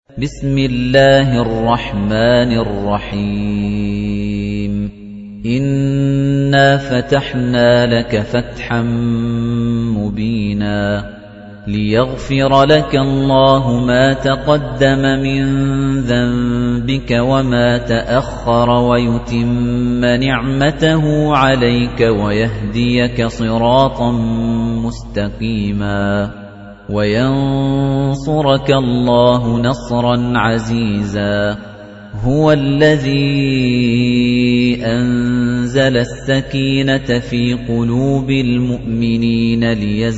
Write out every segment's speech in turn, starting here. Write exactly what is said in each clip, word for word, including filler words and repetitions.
بسم الله الرحمن الرحيم إنا فتحنا لك فتحا مبينا ليغفر لك الله ما تقدم من ذنبك وما تأخر ويتم نعمته عليك ويهديك صراطا مستقيما وينصرك الله نصرا عزيزا هو الذي أنزل السكينة في قلوب المؤمنين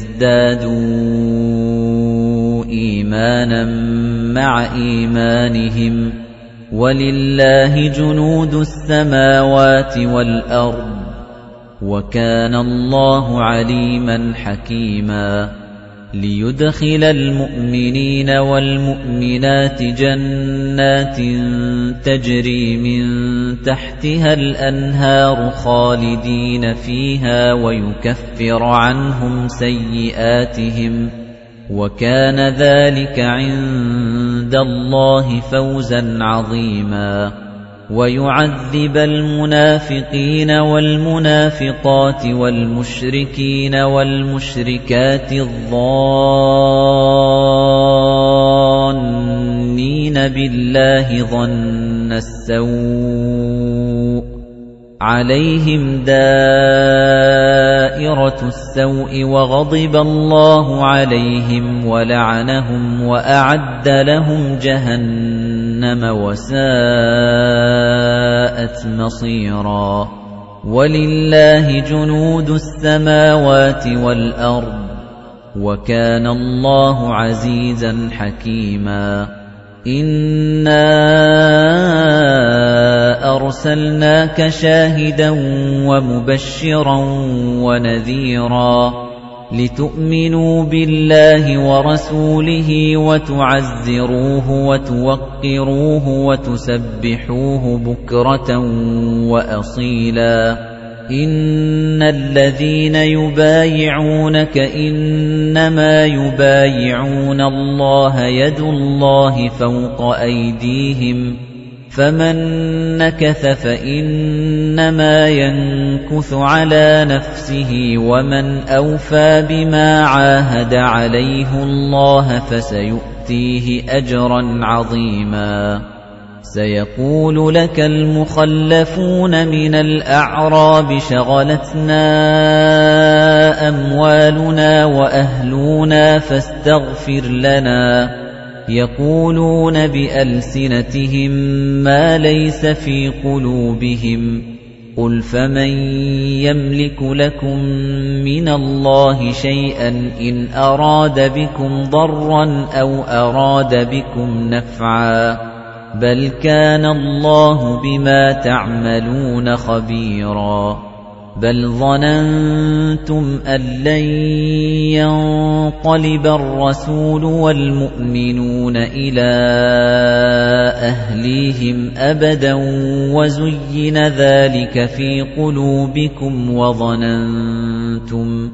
ليزدادوا إيمانا مع إيمانهم ولله جنود السماوات والأرض وكان الله عليما حكيما ليدخل المؤمنين والمؤمنات جنات تجري من تحتها الأنهار خالدين فيها ويكفر عنهم سيئاتهم وكان ذلك عند الله فوزا عظيما ويعذب المنافقين والمنافقات والمشركين والمشركات الظانين بالله ظن السوء عليهم دائرة السوء وغضب الله عليهم ولعنهم وأعد لهم جهنم وساءت مصيرا ولله جنود السماوات والأرض وكان الله عزيزا حكيما إنا أرسلناك شاهدا ومبشرا ونذيرا لتؤمنوا بالله ورسوله وتعزروه وتوقروه وتسبحوه بكرة وأصيلا إن الذين يبايعونك إنما يبايعون الله يد الله فوق أيديهم فمن نكث فإنما ينكث على نفسه ومن أوفى بما عاهد عليه الله فسيؤتيه أجرا عظيما سيقول لك المخلفون من الأعراب شغلتنا أموالنا وأهلنا فاستغفر لنا يقولون بألسنتهم ما ليس في قلوبهم قل فمن يملك لكم من الله شيئا إن أراد بكم ضرا أو أراد بكم نفعا بل كان الله بما تعملون خبيرا بل ظننتم أن لن ينقلب الرسول والمؤمنون إلى أهليهم أبدا وزين ذلك في قلوبكم وظننتم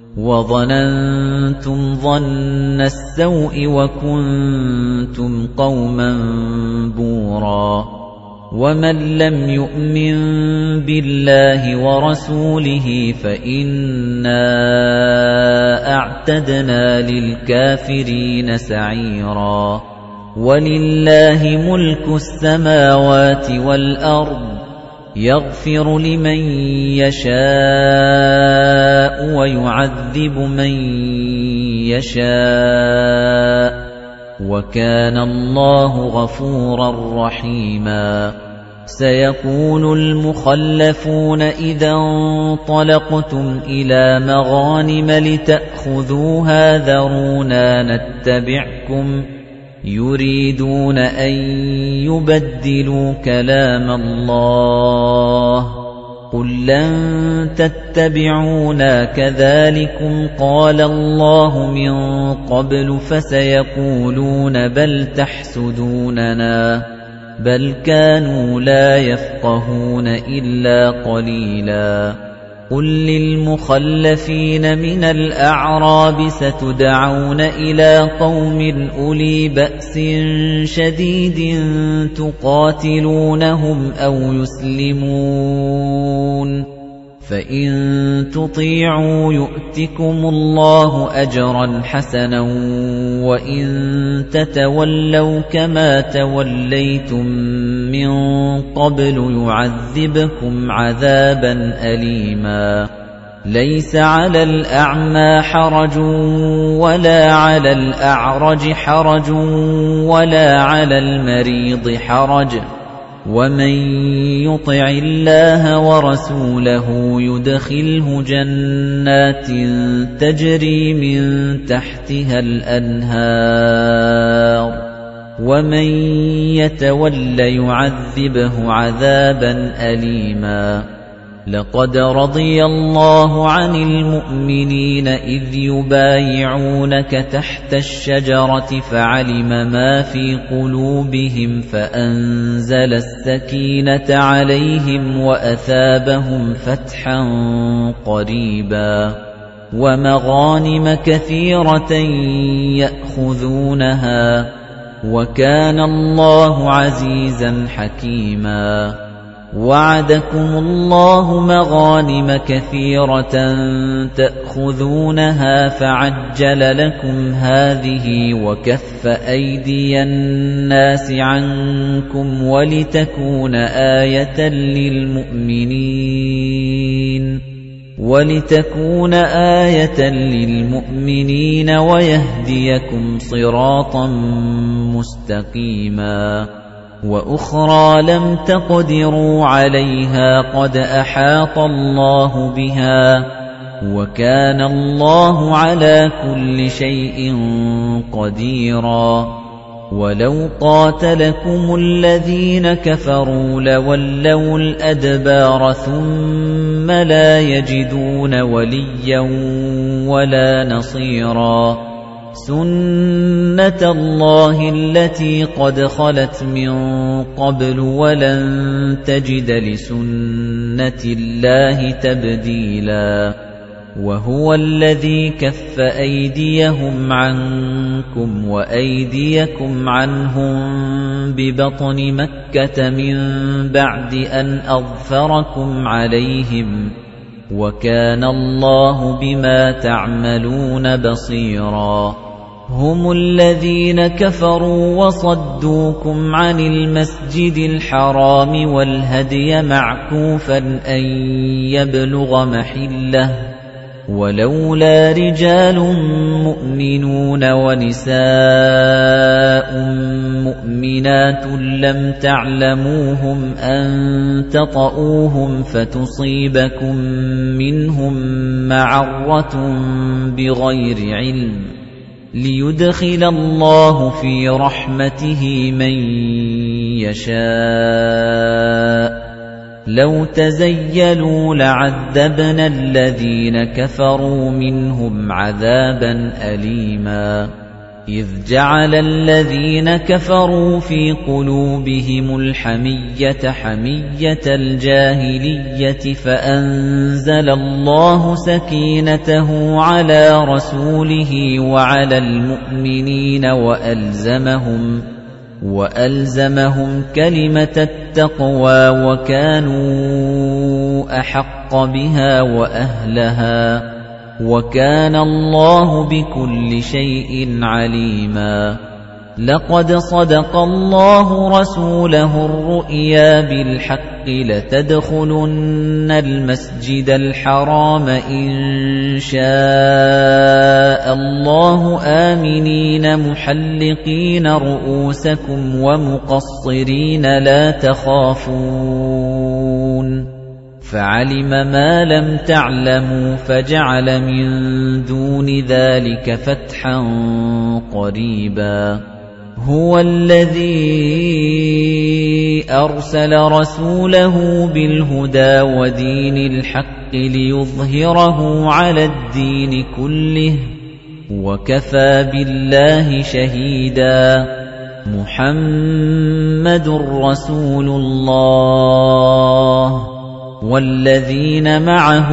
وظننتم ظن السوء وكنتم قوما بورا ومن لم يؤمن بالله ورسوله فإنا أعتدنا للكافرين سعيرا ولله ملك السماوات والأرض يغفر لمن يشاء ويعذب من يشاء وكان الله غفورا رحيما سيقول المخلفون إذا انطلقتم إلى مغانم لتأخذوها ذرونا نتبعكم يريدون أن يبدلوا كلام الله قل لن تتبعونا كذلكم قال الله من قبل فسيقولون بل تحسدوننا بل كانوا لا يفقهون إلا قليلا قُل لِّلْمُخَلَّفِينَ مِنَ الْأَعْرَابِ سَتُدْعَوْنَ إِلَىٰ قَوْمٍ أُولِي بَأْسٍ شَدِيدٍ تُقَاتِلُونَهُمْ أَوْ يُسْلِمُونَ فَإِن تُطِيعُوا يُؤْتِكُمُ اللَّهُ أَجْرًا حَسَنًا وَإِن تَتَوَلَّوْا كَمَا تَوَلَّيْتُم مِّن قَبْلُ يُعَذِّبْكُمْ عَذَابًا أَلِيمًا لَيْسَ عَلَى الْأَعْمَى حَرَجٌ وَلَا عَلَى الْأَعْرَجِ حَرَجٌ وَلَا عَلَى الْمَرِيضِ حَرَجٌ وَمَن يُطِعِ اللَّهَ وَرَسُولَهُ يُدْخِلْهُ جَنَّاتٍ تَجْرِي مِن تَحْتِهَا الْأَنْهَارُ وَمَن يَتَوَلَّ يُعَذِّبْهُ عَذَابًا أَلِيمًا لَقَدْ رَضِيَ اللَّهُ عَنِ الْمُؤْمِنِينَ إِذْ يُبَايِعُونَكَ تَحْتَ الشَّجَرَةِ فَعَلِمَ مَا فِي قُلُوبِهِمْ فَأَنزَلَ السَّكِينَةَ عَلَيْهِمْ وَأَثَابَهُمْ فَتْحًا قَرِيبًا وَمَغَانِمَ كَثِيرَةً يَأْخُذُونَهَا وَكَانَ اللَّهُ عَزِيزًا حَكِيمًا وَعَدَكُمُ اللَّهُ مَغَانِمَ كَثِيرَةً تَأْخُذُونَهَا فَعَجَّلَ لَكُمْ هَٰذِهِ وَكَفَّ أَيْدِيَ النَّاسِ عَنكُمْ وَلِتَكُونَ آيَةً لِّلْمُؤْمِنِينَ وَلِتَكُونَ آيَةً لِّلْمُؤْمِنِينَ وَيَهْدِيَكُمْ صِرَاطًا مُّسْتَقِيمًا وَأُخْرَى لَمْ تَقْدِرُوا عَلَيْهَا قَدْ أَحَاطَ اللَّهُ بِهَا وَكَانَ اللَّهُ عَلَى كُلِّ شَيْءٍ قَدِيرًا وَلَوْ قَاتَلَكُمُ الَّذِينَ كَفَرُوا لَوَلَّوُا الْأَدْبَارَ ثُمَّ لَا يَجِدُونَ وَلِيًّا وَلَا نَصِيرًا سُنَّةَ اللَّهِ الَّتِي قَدْ خَلَتْ مِن قَبْلُ وَلَن تَجِدَ لِسُنَّةِ اللَّهِ تَبْدِيلًا وَهُوَ الَّذِي كَفَّ أَيْدِيَهُمْ عَنكُمْ وَأَيْدِيَكُمْ عَنْهُم بِبَطْنِ مَكَّةَ مِن بَعْدِ أَنْ أَظْفَرَكُمْ عَلَيْهِمْ وَكَانَ اللَّهُ بِمَا تَعْمَلُونَ بَصِيرًا هُمُ الَّذِينَ كَفَرُوا وَصَدُّوكُمْ عَنِ الْمَسْجِدِ الْحَرَامِ وَالْهَدْيَ مَعْكُوفًا أَن يَبْلُغَ مَحِلَّهُ وَلَوْلَا رِجَالٌ مُؤْمِنُونَ وَنِسَاءٌ مُؤْمِنَاتٌ لَّمْ تَعْلَمُوهُمْ أَن تَطَئُوهُمْ فَتُصِيبَكُم مِّنْهُم مَّعَرَّةٌ بِغَيْرِ عِلْمٍ لِيُدْخِلَ اللَّهُ فِي رَحْمَتِهِ مَن يَشَاءُ لَوْ تَزَيَّلُوا لَعَذَّبْنَا الَّذِينَ كَفَرُوا مِنْهُمْ عَذَابًا أَلِيمًا إِذْ جَعَلَ الَّذِينَ كَفَرُوا فِي قُلُوبِهِمُ الْحَمِيَّةَ حَمِيَّةَ الْجَاهِلِيَّةِ فَأَنزَلَ اللَّهُ سَكِينَتَهُ عَلَى رَسُولِهِ وَعَلَى الْمُؤْمِنِينَ وَأَلْزَمَهُمْ وَأَلْزَمَهُمْ كَلِمَةَ التَّقْوَى وَكَانُوا أَحَقَّ بِهَا وَأَهْلَهَا وَكَانَ اللَّهُ بِكُلِّ شَيْءٍ عَلِيمًا لَقَدْ صَدَقَ اللَّهُ رَسُولَهُ الرُّؤْيَا بِالْحَقِّ لَتَدْخُلُنَّ الْمَسْجِدَ الْحَرَامَ إِن شَاءَ اللَّهُ آمِنِينَ مُحَلِّقِينَ رُءُوسَكُمْ وَمُقَصِّرِينَ لَا تَخَافُونَ فَعَلِمَ مَا لَمْ تَعْلَمُوا فَجَعَلَ مِن دُونِ ذَلِكَ فَتْحًا قَرِيبًا هُوَ الَّذِي أَرْسَلَ رَسُولَهُ بِالْهُدَى وَدِينِ الْحَقِّ لِيُظْهِرَهُ عَلَى الدِّينِ كُلِّهِ وَكَفَى بِاللَّهِ شَهِيدًا مُحَمَّدٌ رَّسُولُ اللَّهِ وَالَّذِينَ مَعَهُ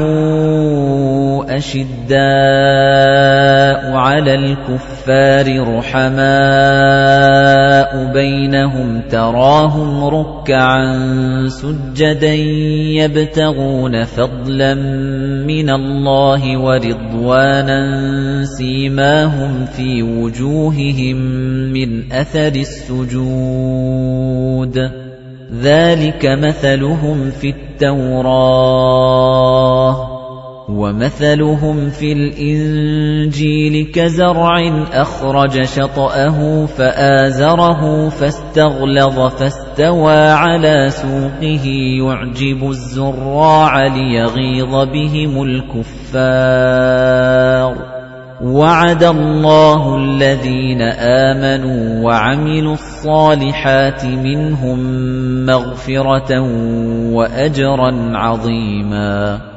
أَشِدَّاءُ عَلَى الْكُفَّارِ رُحَمَاءُ بَيْنَهُمْ تَرَاهُمْ رُكَّعًا سُجَّدًا يَبْتَغُونَ فَضْلًا مِنَ اللَّهِ وَرِضْوَانًا سِيمَاهُمْ فِي وُجُوهِهِم مِّنْ أَثَرِ السُّجُودِ ذَلِكَ مَثَلُهُمْ فِي التَّوْرَاةِ وَمَثَلُهُمْ فِي الْإِنْجِيلِ كَزَرْعٍ أَخْرَجَ شَطْأَهُ فَآزَرَهُ فَاسْتَغْلَظَ فَاسْتَوَى عَلَى سُوقِهِ يُعْجِبُ الزُّرَّاعَ لِيَغِيظَ بِهِمُ الْكُفَّارَ وَعَدَ اللَّهُ الَّذِينَ آمَنُوا وَعَمِلُوا الصَّالِحَاتِ مِنْهُم مَّغْفِرَةً وَأَجْرًا عَظِيمًا.